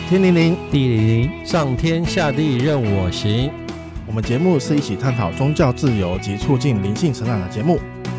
天灵灵， 地灵灵， 上天下地任我行。 我们节目是一起探讨宗教自由及促进灵性成长的节目。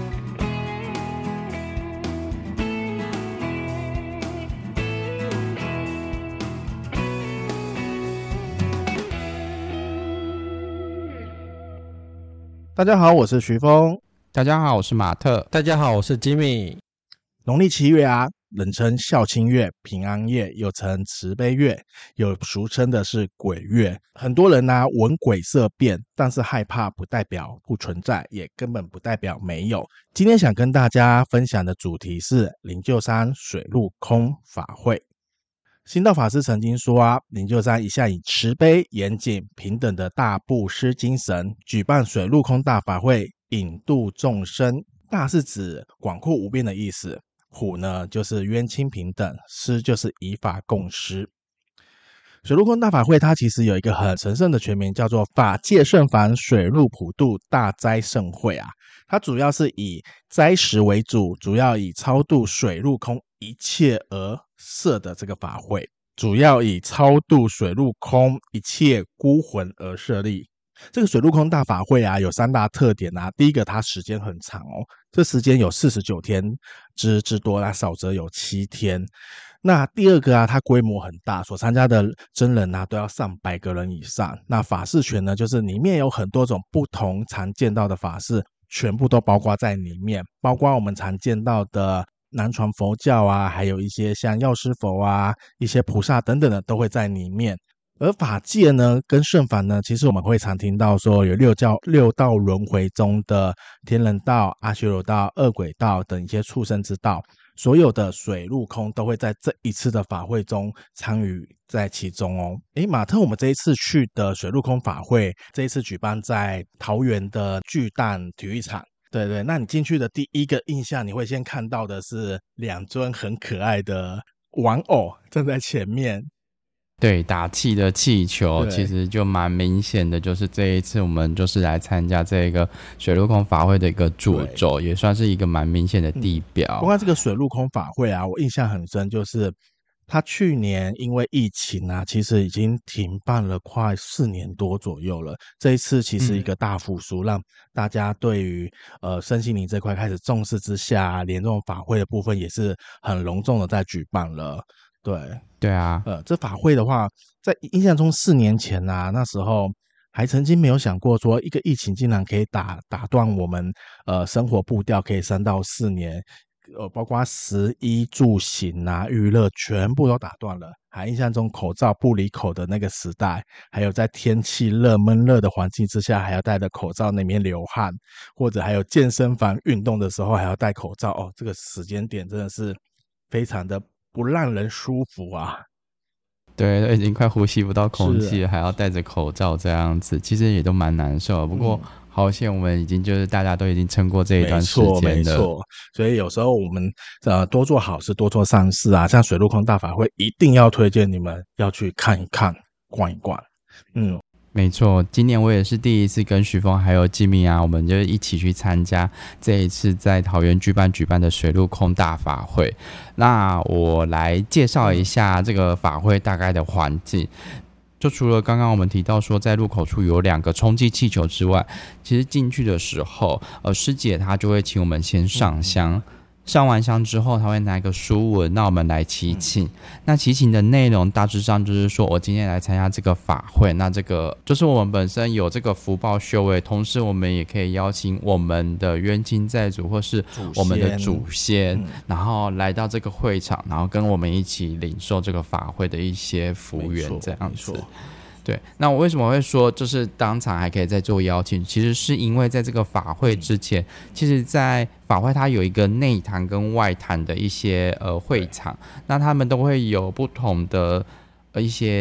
大家好，我是徐峰。 大家好，我是马特。 大家好，我是吉米。 农历7月啊，人称孝亲月、平安夜，又称慈悲月，有俗称的是鬼月。很多人啊闻鬼色变，但是害怕不代表不存在，也根本不代表没有。今天想跟大家分享的主题是灵鹫山水陆空法会。新道法师曾经说啊，灵鹫山一向以慈悲、严谨、平等的大布施精神，举办水陆空大法会，引渡众生。大是指广阔无边的意思，普呢就是冤亲平等，施就是以法共施。水陆空大法会它其实有一个很神圣的全名，叫做法界圣凡水陆普渡大斋盛会啊。它主要是以斋食为主，主要以超度水陆空一切而设的这个法会，主要以超度水陆空一切孤魂而设立。这个水陆空大法会啊，有3大特点啊。第一个，它时间很长哦，这时间有49天之多，那少则有7天。那第二个啊，它规模很大，所参加的真人啊都要上百个人以上。那法事权呢，就是里面有很多种不同常见到的法事，全部都包括在里面，包括我们常见到的南传佛教啊，还有一些像药师佛啊、一些菩萨等等的都会在里面。而法界呢跟圣凡呢，其实我们会常听到说有六道轮回中的天人道、阿修罗道、恶鬼道等一些畜生之道，所有的水陆空都会在这一次的法会中参与在其中哦。马特，我们这一次去的水陆空法会，这一次举办在桃园的巨蛋体育场。对，那你进去的第一个印象，你会先看到的是2尊很可爱的玩偶站在前面。 对，打气的气球其实就蛮明显的，就是这一次我们就是来参加这个水陆空法会的一个主轴，也算是一个蛮明显的地标。 不过这个水陆空法会啊，我印象很深，就是他去年因为疫情啊，其实已经停办了快4年多左右了。这一次其实一个大复苏，让大家对于身心灵这块开始重视之下，连这种法会的部分也是很隆重的在举办了。对啊， 这法会的话，在印象中4年前啊，那时候还曾经没有想过说，一个疫情竟然可以打断我们生活步调，可以3到4年，包括食衣住行啊、娱乐全部都打断了。还印象中口罩不离口的那个时代，还有在天气闷热的环境之下，还要戴着口罩那边流汗，或者还有健身房运动的时候还要戴口罩哦，这个时间点真的是非常的不让人舒服啊。 对，都已经快呼吸不到空气了，还要戴着口罩这样子，其实也都蛮难受的。不过好险我们已经就是大家都已经撑过这一段时间了。 没错，所以有时候我们多做好事多做善事啊，像水陆空大法会一定要推荐你们要去看一看逛一逛。 没错，今年我也是第一次跟徐峰还有吉米啊，我们就一起去参加这一次在桃园举办的水陆空大法会。那我来介绍一下这个法会大概的环境。就除了刚刚我们提到说在入口处有2个充气气球之外，其实进去的时候师姐她就会请我们先上香。上完香之后，他会拿一个书文，那我们来祈请。那祈请的内容大致上就是说，我今天来参加这个法会，那这个就是我们本身有这个福报修为，同时我们也可以邀请我们的冤亲债主或是我们的祖先，然后来到这个会场，然后跟我们一起领受这个法会的一些福缘，这样子。对，那我为什么会说就是当场还可以再做邀请，其实是因为在这个法会之前，其实在法会它有一个内坛跟外坛的一些会场，那他们都会有不同的一些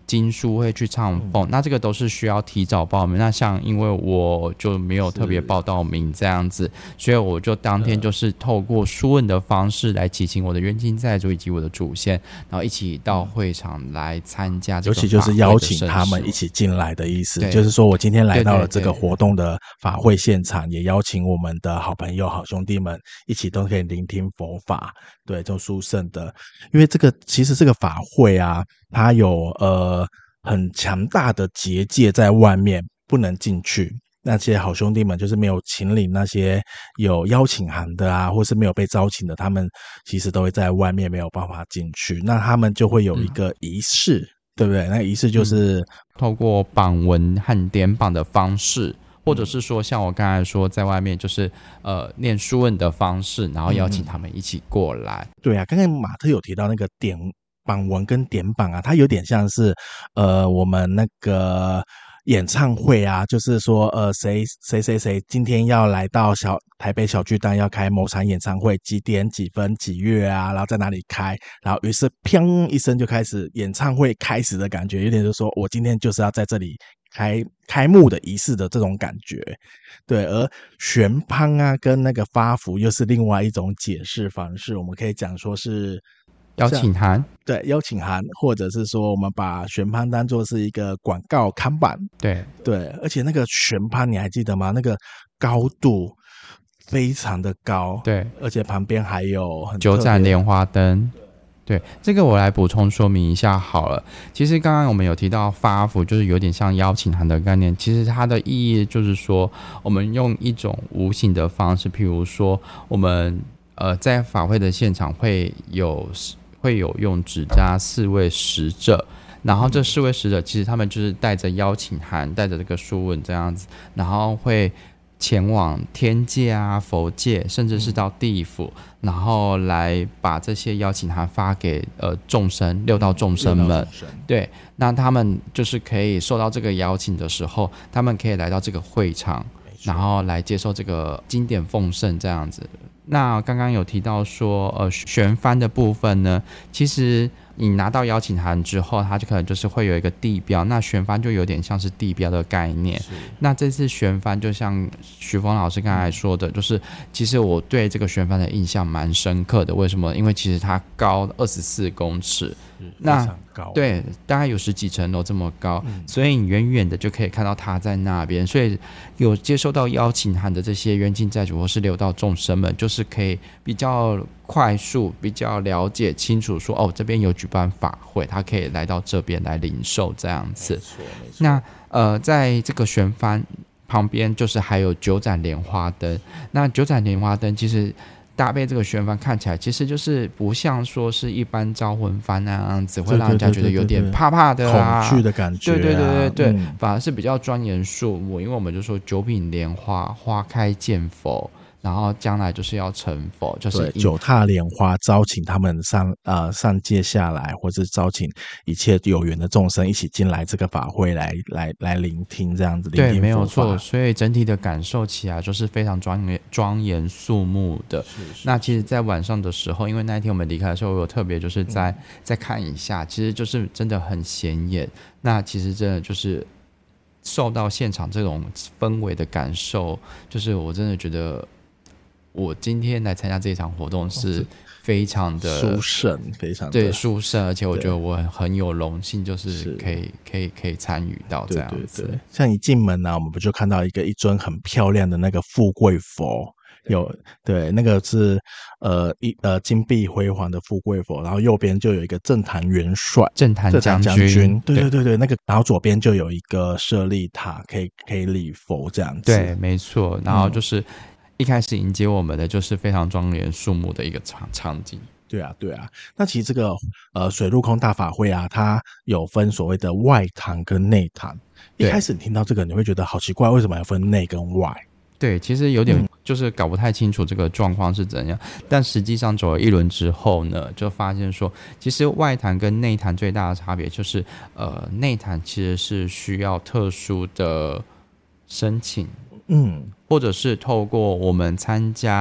经书会去唱凤，那这个都是需要提早报名。那像因为我就没有特别报到名这样子，所以我就当天就是透过书问的方式来祈请我的冤亲债主以及我的祖先，然后一起到会场来参加这个法会的盛事。 尤其就是邀请他们一起进来的意思，就是说我今天来到了这个活动的法会现场，也邀请我们的好朋友、好兄弟们一起都可以聆听佛法，对，这种殊胜的。因为其实这个法会啊，它有很强大的结界在外面，不能进去。那些好兄弟们就是没有请领那些有邀请函的啊，或是没有被招请的，他们其实都会在外面没有办法进去。那他们就会有一个仪式，对不对？那仪式就是透过榜文和点榜的方式，或者是说像我刚才说在外面就是念书问的方式，然后邀请他们一起过来。 对啊，刚才马特有提到那个榜文跟点榜啊，它有点像是我们那个演唱会啊，就是说谁今天要来到台北小巨蛋要开某场演唱会，几点几分几月啊，然后在哪里开，然后于是砰一声就开始演唱会开始的感觉，有点就是说我今天就是要在这里开幕的仪式的这种感觉。对，而悬幡啊跟那个发符又是另外一种解释方式，我们可以讲说是邀请函， 对，邀请函，或者是说我们把悬幡当作是一个广告看板，对，而且那个悬幡你还记得吗？那个高度非常的高， 对， 而且旁边还有很 9盏莲花灯。对，这个我来补充说明一下好了。其实刚刚我们有提到发符，就是有点像邀请函的概念。其实它的意义就是说，我们用一种无形的方式，譬如说，我们在法会的现场会有用纸扎4位使者，然后这4位使者其实他们就是带着邀请函，带着这个书文这样子，然后会前往天界啊、佛界，甚至是到地府，然后来把这些邀请函发给众生6道众生们。对，那他们就是可以受到这个邀请的时候，他们可以来到这个会场，然后来接受这个经典奉圣这样子。那刚刚有提到说悬幡的部分呢，其实你拿到邀请函之后，它就可能就是会有一个地标，那悬幡就有点像是地标的概念。那这次悬幡就像徐峰老师刚才说的，就是其实我对这个悬幡的印象蛮深刻的。为什么？因为其实它高24公尺，那非常高， 对，大概有10几层楼这么高，所以你远远的就可以看到它在那边。所以有接收到邀请函的这些冤亲债主或是6道众生们，就是可以比较快速、比较了解清楚说，这边有举办法会，他可以来到这边来领受这样子。那在这个悬幡旁边，就是还有9盏莲花灯。那9盏莲花灯其实搭配这个悬幡看起来，其实就是不像说是一般招魂幡那样子，会让人家觉得有点怕怕的啊， 恐惧的感觉啊。 对，反而是比较庄严肃穆。因为我们就说9品莲花，花开见佛。然后将来就是要成佛，就是 9踏莲花招请他们上界下来，或是招请一切有缘的众生一起进来这个法会来聆听这样子。 对，没有错。所以整体的感受起来就是非常庄严肃穆的。那其实在晚上的时候，因为那一天我们离开的时候，我有特别就是再看一下，其实就是真的很显眼。那其实真的就是受到现场这种氛围的感受，就是我真的觉得我今天来参加这场活动是非常的殊胜，非常的对殊胜，而且我觉得我很有荣幸，就是可以参与到这样子。 对，像一进门我们不就看到一尊很漂亮的那个富贵佛。对，那个是金碧辉煌的富贵佛，然后右边就有一个政坛元帅、 政坛将军， 对，那个，然后左边就有一个舍利塔，可以礼佛这样子。 对，没错。然后就是一开始迎接我们的就是非常庄严肃穆的一个场景。 对啊。那其实这个水陆空大法会啊，它有分所谓的外堂跟内堂。一开始你听到这个，你会觉得好奇怪，为什么要分内跟外？ 对，其实有点就是搞不太清楚这个状况是怎样，但实际上走了一轮之后呢，就发现说，其实外坛跟内坛最大的差别就是，内坛其实是需要特殊的申请，或者是透过我们参加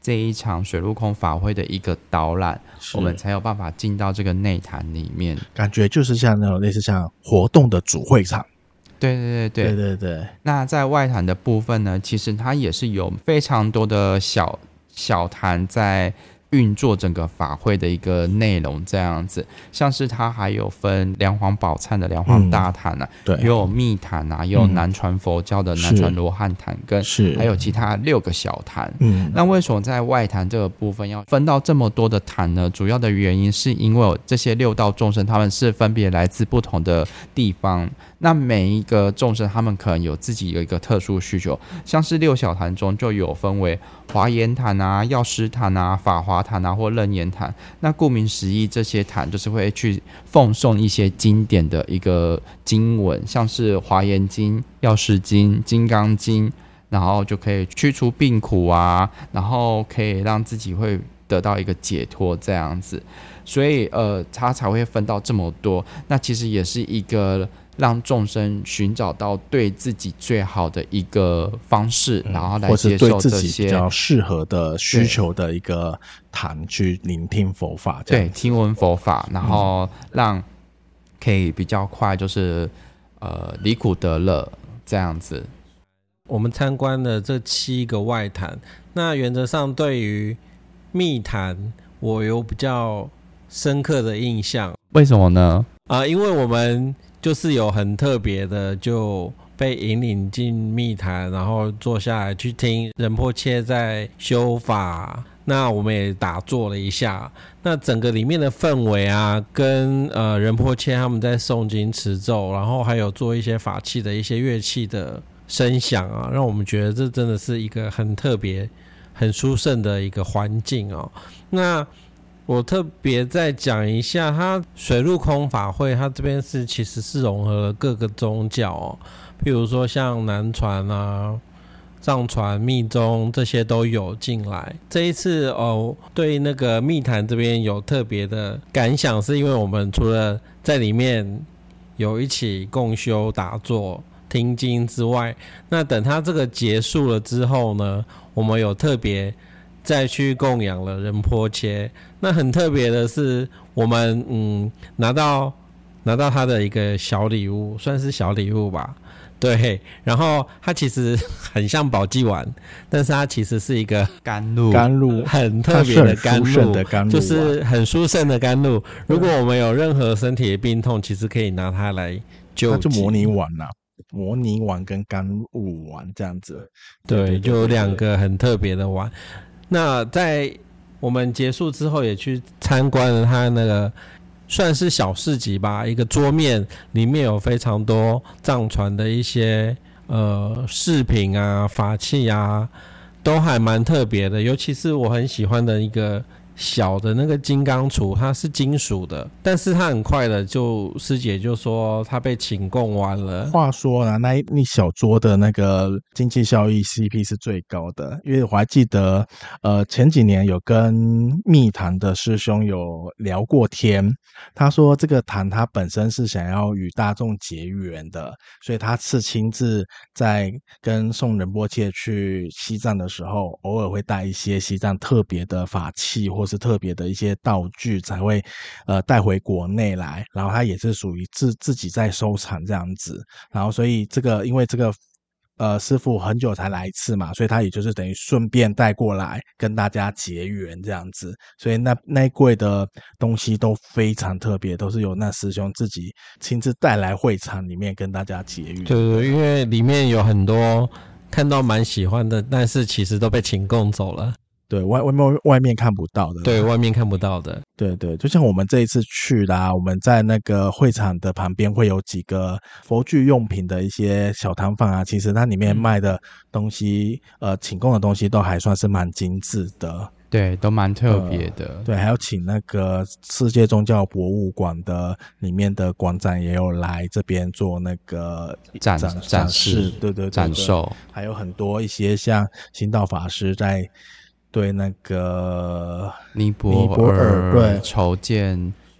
这一场水陆空法会的一个导览，我们才有办法进到这个内坛里面。 感觉就是像那种类似像活动的主会场。 对。那在外坛的部分呢，其实它也是有非常多的小坛在运作整个法会的一个内容，这样子，像是它还有分梁皇宝忏的梁皇大坛啊， 对， 也有密坛啊，也有南传佛教的南传罗汉坛，跟还有其他6个小坛。那为什么在外坛这个部分要分到这么多的坛呢？主要的原因是因为这些6道众生他们是分别来自不同的地方，那每一个众生他们可能有自己有一个特殊需求，像是6小坛中就有分为华严坛啊、药师坛啊、法华坛啊或楞严坛。那顾名思义，这些坛就是会去奉诵一些经典的一个经文，像是华严经、药师经、金刚经，然后就可以驱除病苦啊，然后可以让自己会得到一个解脱这样子。所以它才会分到这么多。那其实也是一个让众生寻找到对自己最好的一个方式，然后来接受这些或是对自己比较适合的需求的一个坛去聆听佛法，这样对，听闻佛法，然后让可以比较快就是离苦得乐这样子。 我们参观了这7个外坛，那原则上对于密坛我有比较深刻的印象。 为什么呢？ 因为我们就是有很特别的就被引领进密坛，然后坐下来去听仁波切在修法，那我们也打坐了一下，那整个里面的氛围啊，跟仁波切他们在诵经持咒，然后还有做一些法器的一些乐器的声响啊，让我们觉得这真的是一个很特别很殊胜的一个环境哦。那我特别再讲一下，它水陆空法会，它这边其实是融合了各个宗教哦，譬如说像南传啊、藏传、密宗这些都有进来。这一次对那个密坛这边有特别的感想，是因为我们除了在里面有一起共修打坐听经之外，那等它这个结束了之后呢，我们有特别再去供养了仁波切。那很特别的是，我们拿到他的一个小礼物，算是小礼物吧。对，然后它其实很像宝济丸，但是它其实是一个甘露， 很特别的甘露，就是很殊胜的甘露。如果我们有任何身体的病痛，其实可以拿它来救济。 它就模拟丸啦，模拟丸跟甘露丸这样子。 对，就有2个很特别的丸。那在我们结束之后，也去参观了它那个算是小市集吧，一个桌面里面有非常多藏传的一些饰品啊、法器啊，都还蛮特别的。尤其是我很喜欢的一个小的那个金刚杵，它是金属的，但是它很快的师姐就说它被请供完了。 话说呢，那一小桌的那个经济效益 CP 是最高的，因为我还记得前几年有跟密坛的师兄有聊过天，他说这个坛他本身是想要与大众结缘的，所以他是亲自在跟宋仁波切去西藏的时候，偶尔会带一些西藏特别的法器或是特别的一些道具才会带回国内来，然后他也是属于自己在收藏这样子，然后所以因为这个师傅很久才来一次嘛，所以他也就是等于顺便带过来跟大家结缘这样子，所以那一柜的东西都非常特别，都是由那师兄自己亲自带来会场里面跟大家结缘。 对，因为里面有很多看到蛮喜欢的，但是其实都被请供走了。 对，外面看不到的， 对，外面看不到的， 对，就像我们这一次去啦，我们在那个会场的旁边会有几个佛具用品的一些小摊贩啊，其实它里面卖的东西，请供的东西都还算是蛮精致的， 对，都蛮特别的。 对，还有请那个世界宗教博物馆的里面的馆长也有来这边做那个展示， 对， 展售， 还有很多一些像心道法师在对那个尼泊尔对筹建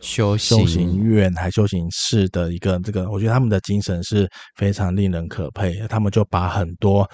修行院还修行室的一个这个，我觉得他们的精神是非常令人可佩。他们就把很多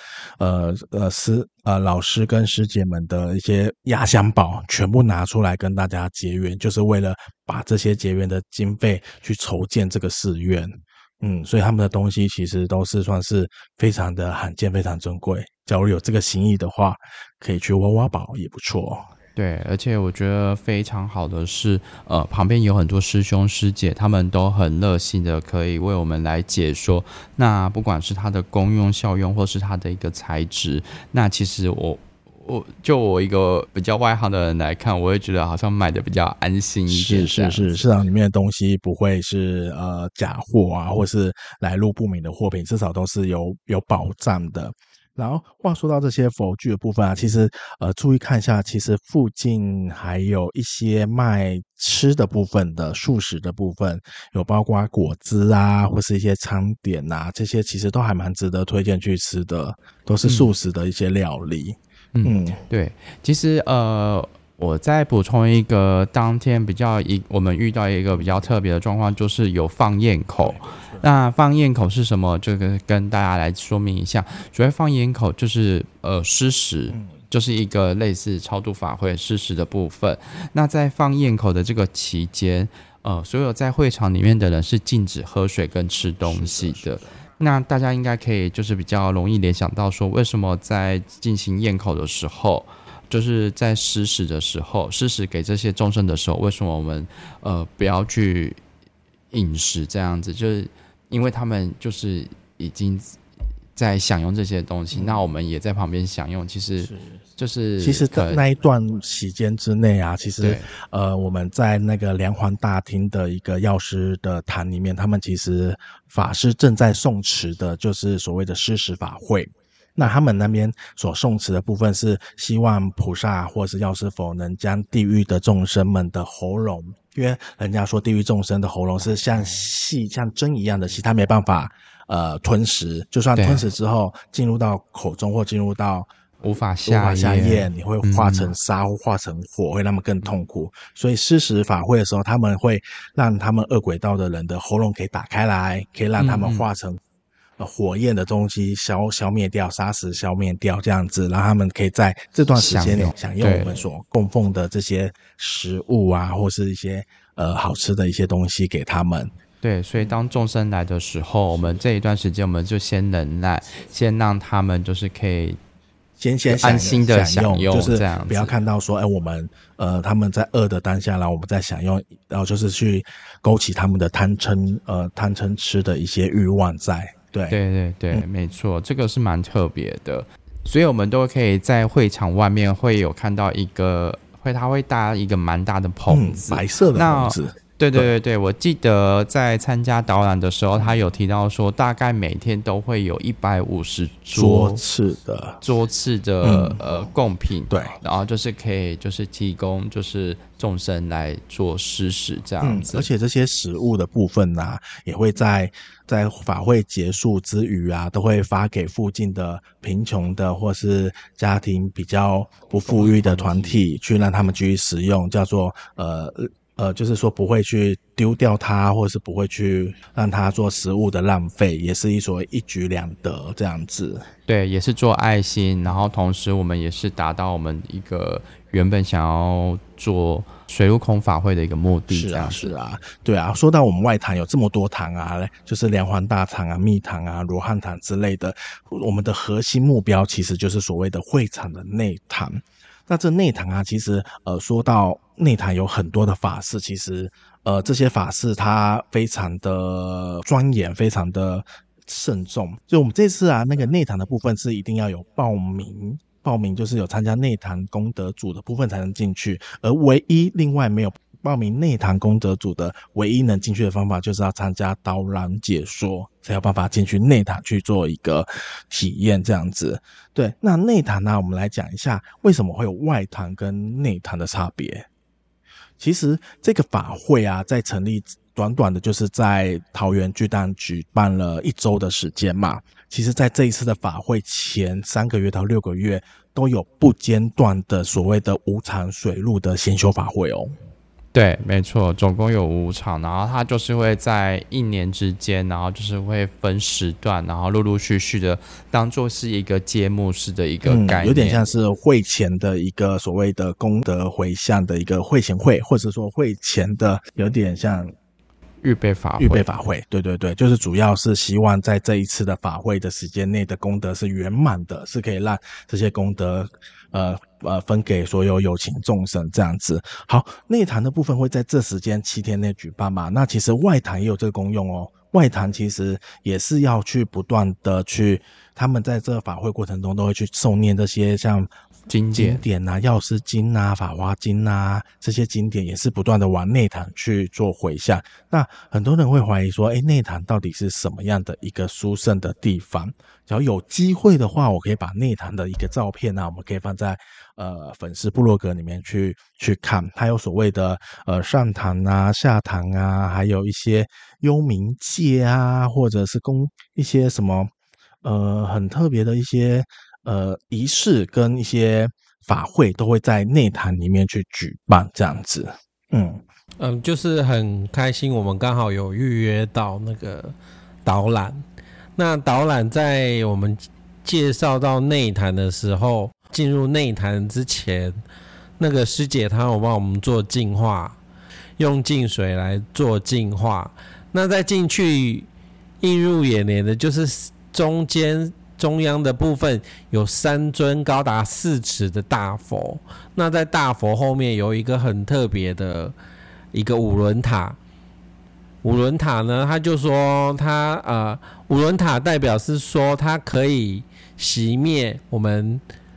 老师跟师姐们的一些压箱宝全部拿出来跟大家结缘，就是为了把这些结缘的经费去筹建这个寺院。所以他们的东西其实都是算是非常的罕见，非常珍贵。假如有这个心意的话，可以去挖挖宝也不错。 对，而且我觉得非常好的是，旁边有很多师兄师姐，他们都很热心的，可以为我们来解说。那不管是它的功用效用，或是它的一个材质，那其实我一个比较外行的人来看，我会觉得好像买的比较安心一点。 是，市场里面的东西不会是假货啊，或是来路不明的货品，至少都是有保障的。然后话说到这些佛具的部分啊，其实注意看一下，其实附近还有一些卖吃的部分的素食的部分，有包括果汁啊，或是一些餐点啊，这些其实都还蛮值得推荐去吃的，都是素食的一些料理。 对，其实我再补充一个，当天我们遇到一个比较特别的状况，就是有放焰口。那放焰口是什么？这个跟大家来说明一下。所谓放焰口就是施食，就是一个类似超度法会施食的部分。那在放焰口的这个期间，所有在会场里面的人是禁止喝水跟吃东西的。那大家应该可以就是比较容易联想到说，为什么在进行焰口的时候，就是在施食的时候，施食给这些众生的时候，为什么我们不要去饮食这样子？就是因为他们就是已经在享用这些东西，那我们也在旁边享用，其实在那一段期间之内啊，其实我们在那个梁皇大厅的一个药师的坛里面，他们其实法师正在诵持的就是所谓的施食法会。那他们那边所诵持的部分是希望菩萨或是药师佛能将地狱的众生们的喉咙，因为人家说地狱众生的喉咙是像针一样的细，他没办法吞食，就算吞食之后进入到口中或进入到无法下咽， 你会化成沙或化成火，会让他们更痛苦。所以施食法会的时候，他们会让他们恶鬼道的人的喉咙可以打开来，可以让他们化成火焰的东西消灭掉，杀死消灭掉，这样子让他们可以在这段时间内享用我们所供奉的这些食物啊，或是一些好吃的一些东西给他们。 对，所以当众生来的时候，我们这一段时间我们就先忍耐，先让他们就是可以先安心的享用， 就是这样子， 不要看到说我们他们在饿的当下，然后我们在享用，然后就是去勾起他们的贪嗔痴的一些欲望在。对， 没错，这个是蛮特别的，所以我们都可以在会场外面会有看到他会搭一个蛮大的棚子， 白色的棚子。 对，我记得在参加导览的时候，他有提到说，大概每天都会有150桌次的贡品， 对， 然后就是可以就是提供就是众生来做施食这样子， 而且这些食物的部分啊，也会在法会结束之余啊，都会发给附近的贫穷的或是家庭比较不富裕的团体，去让他们继续使用，叫做就是说不会去丢掉它，或是不会去让它做食物的浪费，也是所谓一举两得这样子。 对，也是做爱心，然后同时我们也是达到我们一个原本想要做水陆空法会的一个目的。 是啊，对啊。说到我们外堂有这么多堂啊，就是梁皇大堂啊、密堂啊、罗汉堂之类的，我们的核心目标其实就是所谓的会场的内堂。那这内堂啊，其实说到内堂有很多的法事，其实这些法事它非常的庄严，非常的慎重。所以我们这次啊，那个内堂的部分是一定要有报名就是有参加内堂功德组的部分才能进去，而唯一另外没有报名内堂功德组的唯一能进去的方法，就是要参加导览解说，才有办法进去内堂去做一个体验这样子。对，那内堂呢，我们来讲一下为什么会有外堂跟内堂的差别。其实这个法会啊，在成立短短的就是在桃园巨蛋举办了1周的时间嘛。其实在这一次的法会前3个月到6个月，都有不间断的所谓的无偿水陆的先修法会哦。 对，没错，总共有5场，然后它就是会在1年之间，然后就是会分时段，然后陆陆续续的当做是一个节目式的一个概念， 有点像是会前的一个所谓的功德回向的一个会前会，或者说会前的有点像预备法会， 对对对，就是主要是希望在这一次的法会的时间内的功德是圆满的，是可以让这些功德分给所有有情众生这样子。好，内坛的部分会在这时间7天内举办嘛？那其实外坛也有这个功用哦。外坛其实也是要去不断的去，他们在这个法会过程中都会去诵念这些像经典啊、药师经啊、法华经啊，这些经典也是不断的往内坛去做回向。那很多人会怀疑说，内坛到底是什么样的一个殊胜的地方？只要有机会的话，我可以把内坛的一个照片啊，我们可以放在粉丝部落格里面去看，还有所谓的上堂啊、下堂啊，还有一些幽冥界啊，或者是一些什么很特别的一些仪式跟一些法会都会在内坛里面去举办这样子。 就是很开心，我们刚好有预约到那个导览。那导览在我们介绍到内坛的时候，进入内坛之前，那个师姐她有帮我们做净化，用净水来做净化。那在进去映入眼帘的就是中央的部分有3尊高达4尺的大佛，那在大佛后面有一个很特别的一个五轮塔。五轮塔呢，他就说五轮塔代表是说它可以熄灭我们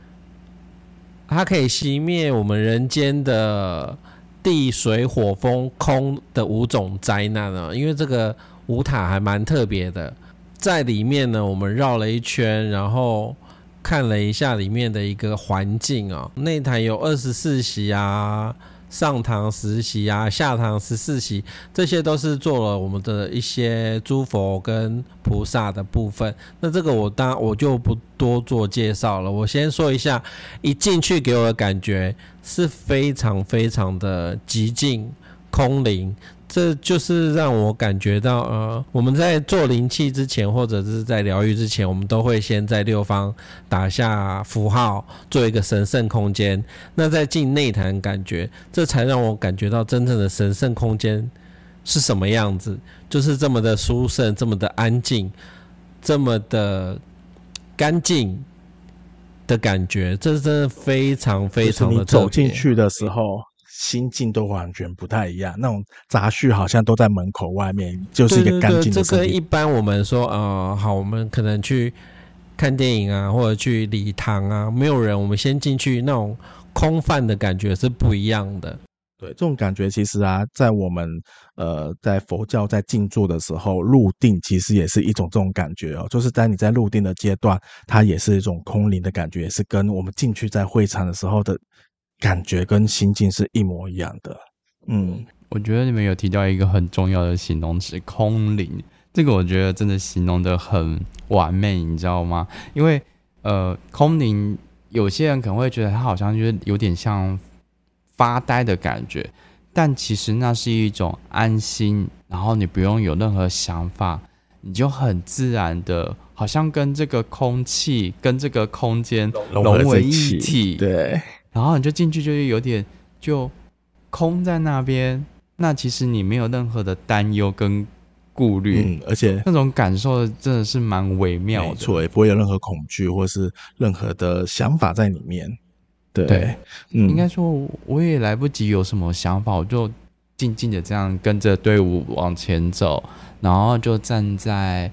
人间的地水火风空的5种灾难呢。因为这个五塔还蛮特别的，在里面呢，我们绕了一圈，然后看了一下里面的一个环境啊。内坛有24席啊，上堂10席啊，下堂14席，这些都是做了我们的一些诸佛跟菩萨的部分。那这个我就不多做介绍了，我先说一下，一进去给我的感觉是非常非常的寂静空灵。这就是让我感觉到我们在做灵气之前或者是在疗愈之前，我们都会先在6方打下符号，做一个神圣空间。那在进内坛感觉，这才让我感觉到真正的神圣空间是什么样子，就是这么的殊胜，这么的安静，这么的干净的感觉。这真的非常非常的特别。 就是你走进去的时候心境都完全不太一样，那种杂讯好像都在门口外面，就是一个干净的这个一般我们说好，我们可能去看电影啊，或者去礼堂啊，没有人，我们先进去，那种空泛的感觉是不一样的。 对，这种感觉其实在我们在佛教在静坐的时候，入定其实也是一种这种感觉哦，就是在你在入定的阶段，它也是一种空灵的感觉，也是跟我们进去在会场的时候的感觉跟心境是一模一样的。 我觉得你们有提到一个很重要的形容词空灵，这个我觉得真的形容得很完美，你知道吗？因为空灵有些人可能会觉得它好像就是有点像发呆的感觉，但其实那是一种安心，然后你不用有任何想法，你就很自然的好像跟这个空气跟这个空间融为一体。 对， 然后你就进去就是有点就空在那边，那其实你没有任何的担忧跟顾虑， 而且那种感受真的是蛮微妙的， 没错，也不会有任何恐惧或是任何的想法在里面。对， 应该说我也来不及有什么想法，我就静静的这样跟着队伍往前走，然后就站在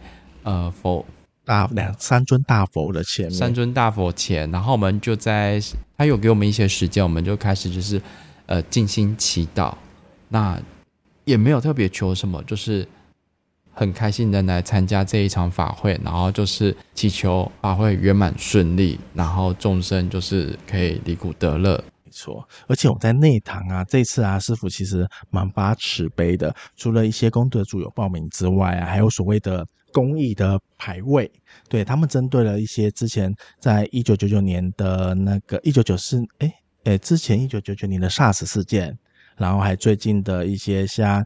三尊大佛的前面 ，3尊大佛前，然后我们就他有给我们一些时间，我们就开始就是静心祈祷，那也没有特别求什么，就是很开心的来参加这一场法会，然后就是祈求法会圆满顺利，然后众生就是可以离苦得乐。 没错，而且我在内堂这次师父其实蛮发慈悲的，除了一些功德主有报名之外还有所谓的公益的牌位，对，他们针对了一些之前在1999年的那个之前1999年的 SARS 事件， 然后还最近的一些像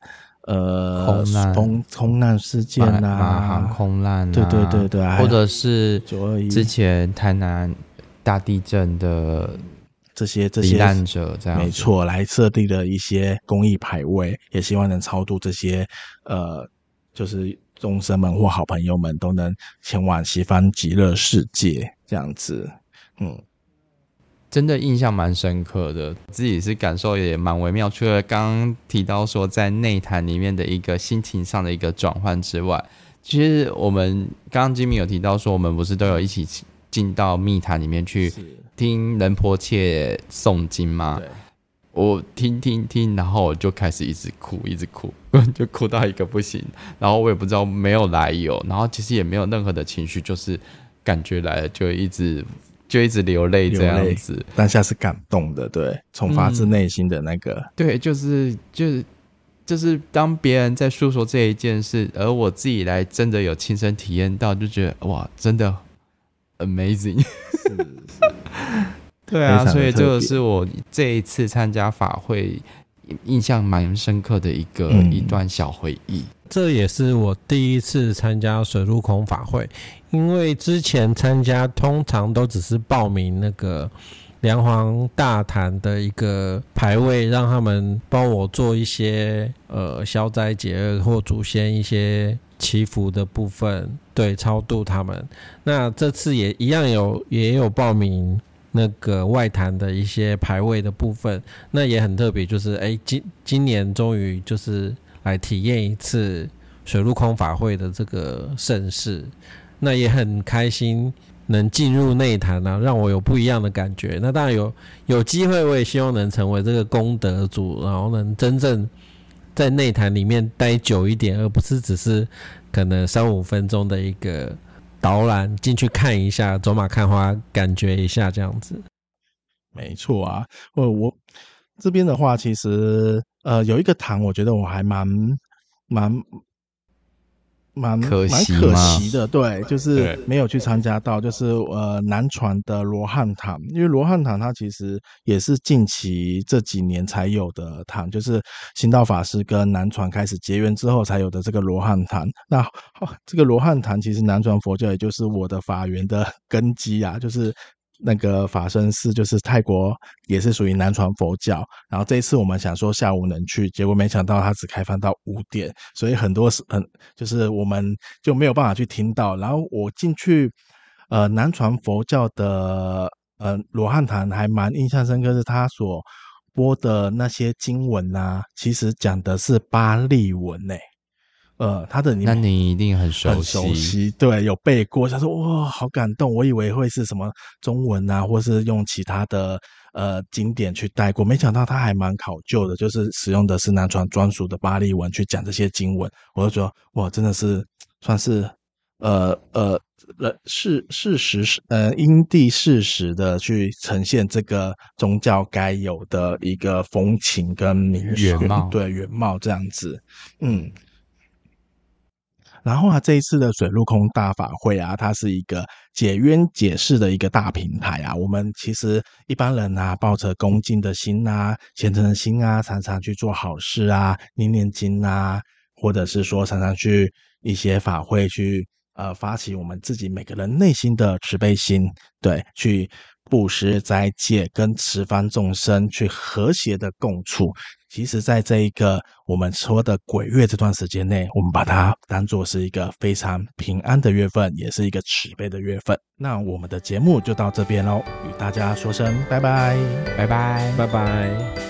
空难事件啊， 马航空难啊， 对对对对， 或者是 921 之前台南大地震的这些罹难者这样子， 没错，来设定的一些公益牌位，也希望能超度这些就是众生们或好朋友们都能前往西方极乐世界这样子。 真的印象蛮深刻的，自己是感受也蛮微妙。除了刚刚提到说在内坛里面的一个心情上的一个转换之外，其实我们刚刚Jimmy有提到说，我们不是都有一起进到密坛里面去听仁波切诵经吗？ 对， 我听，然后我就开始一直哭，就哭到一个不行。然后我也不知道没有来由，然后其实也没有任何的情绪，就是感觉来了就一直流泪这样子。 当下是感动的，对，从发自内心的那个， 对，就是当别人在诉说这一件事，而我自己来真的有亲身体验到，就觉得哇，真的 amazing。对啊，所以这个是我这一次参加法会印象蛮深刻的一段小回忆。 这也是我第一次参加水陆空法会，因为之前参加通常都只是报名那个梁皇大坛的一个牌位，让他们帮我做一些消灾解厄或祖先一些祈福的部分，对，超度他们。那这次也一样也有报名那个外坛的一些牌位的部分，那也很特别，就是今年终于就是来体验一次水陆空法会的这个盛事，那也很开心能进入内坛啊，让我有不一样的感觉。那当然有机会，我也希望能成为这个功德主，然后能真正在内坛里面待久一点，而不是只是可能3-5分钟的一个导览进去看一下，走马看花，感觉一下这样子。 没错啊，我这边的话，其实有一个堂，我觉得我还蛮可惜的，对，就是没有去参加到，就是南传的罗汉堂，因为罗汉堂它其实也是近期这几年才有的堂，就是行道法师跟南传开始结缘之后才有的这个罗汉堂。那这个罗汉堂其实南传佛教也就是我的法源的根基啊，就是那个法身寺，就是泰国也是属于南传佛教，然后这一次我们想说下午能去，结果没想到它只开放到5点，所以很多就是我们就没有办法去听到。然后我进去南传佛教的罗汉堂还蛮印象深刻，是他所播的那些经文啊，其实讲的是巴利文欸。他的那你一定很熟悉，对，有背过。他说哇，好感动，我以为会是什么中文啊，或是用其他的经典去带过，没想到他还蛮考究的，就是使用的是南传专属的巴利文去讲这些经文。我就觉得哇，真的是算是因地适时的去呈现这个宗教该有的一个风情跟民俗，对，原貌这样子，然后这一次的水陆空大法会啊，它是一个解冤解释的一个大平台啊。我们其实一般人啊，抱着恭敬的心啊、虔诚的心啊，常常去做好事啊、念经啊，或者是说常常去一些法会去发起我们自己每个人内心的慈悲心，对，去布施斋戒跟十方众生去和谐的共处。其实在这一个我们说的鬼月这段时间内，我们把它当作是一个非常平安的月份，也是一个慈悲的月份。那我们的节目就到这边咯，与大家说声拜拜， 拜拜， 拜拜。